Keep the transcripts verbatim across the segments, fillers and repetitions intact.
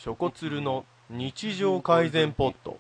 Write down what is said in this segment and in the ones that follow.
チョコツルの日常改善ポット。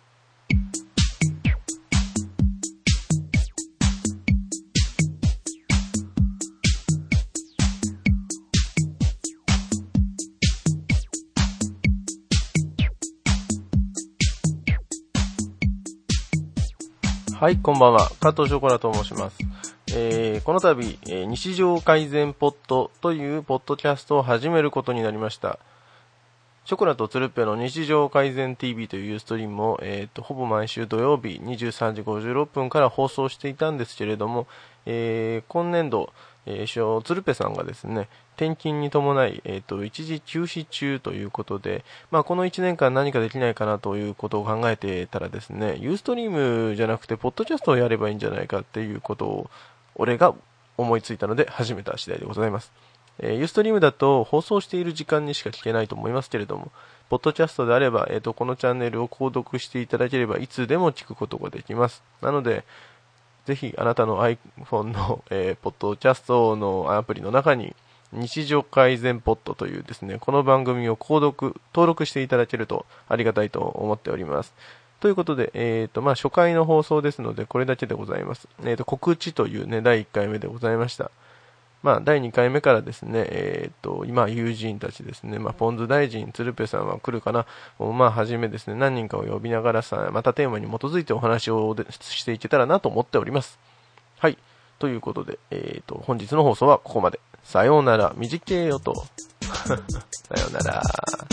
はい、こんばんは。加藤ショコラと申します。えー、この度、えー、日常改善ポットというポッドキャストを始めることになりました。ショコラとツルッペの日常改善 ティーブイ というユーストリームを、えーと、ほぼ毎週土曜日にじゅうさんじごじゅうろっぷんから放送していたんですけれども、えー、今年度、えー、ツルッペさんがですね、転勤に伴い、えーと、一時休止中ということで、まあ、このいちねんかん何かできないかなということを考えてたらですね、ユーストリームじゃなくてポッドキャストをやればいいんじゃないかっていうことを俺が思いついたので始めた次第でございます。えー、ユーストリームだと放送している時間にしか聞けないと思いますけれども、ポッドキャストであれば、えーと、このチャンネルを購読していただければいつでも聞くことができます。なので、ぜひあなたの iPhone の、えー、ポッドキャストのアプリの中に日常改善ポッドというですね、この番組を購読、登録していただけるとありがたいと思っております。ということで、えーと、まあ、初回の放送ですので、これだけでございます。えーと、告知というね、だいいっかいめでございました。まあ、だいにかいめからですね、えっと、今、友人たちですね、まあ、ポンズ大臣、鶴瓶さんは来るかな、まあ、はじめですね、何人かを呼びながらさ、またテーマに基づいてお話をしていけたらなと思っております。はい。ということで、えっと、本日の放送はここまで。さようなら、短いよと。さようなら。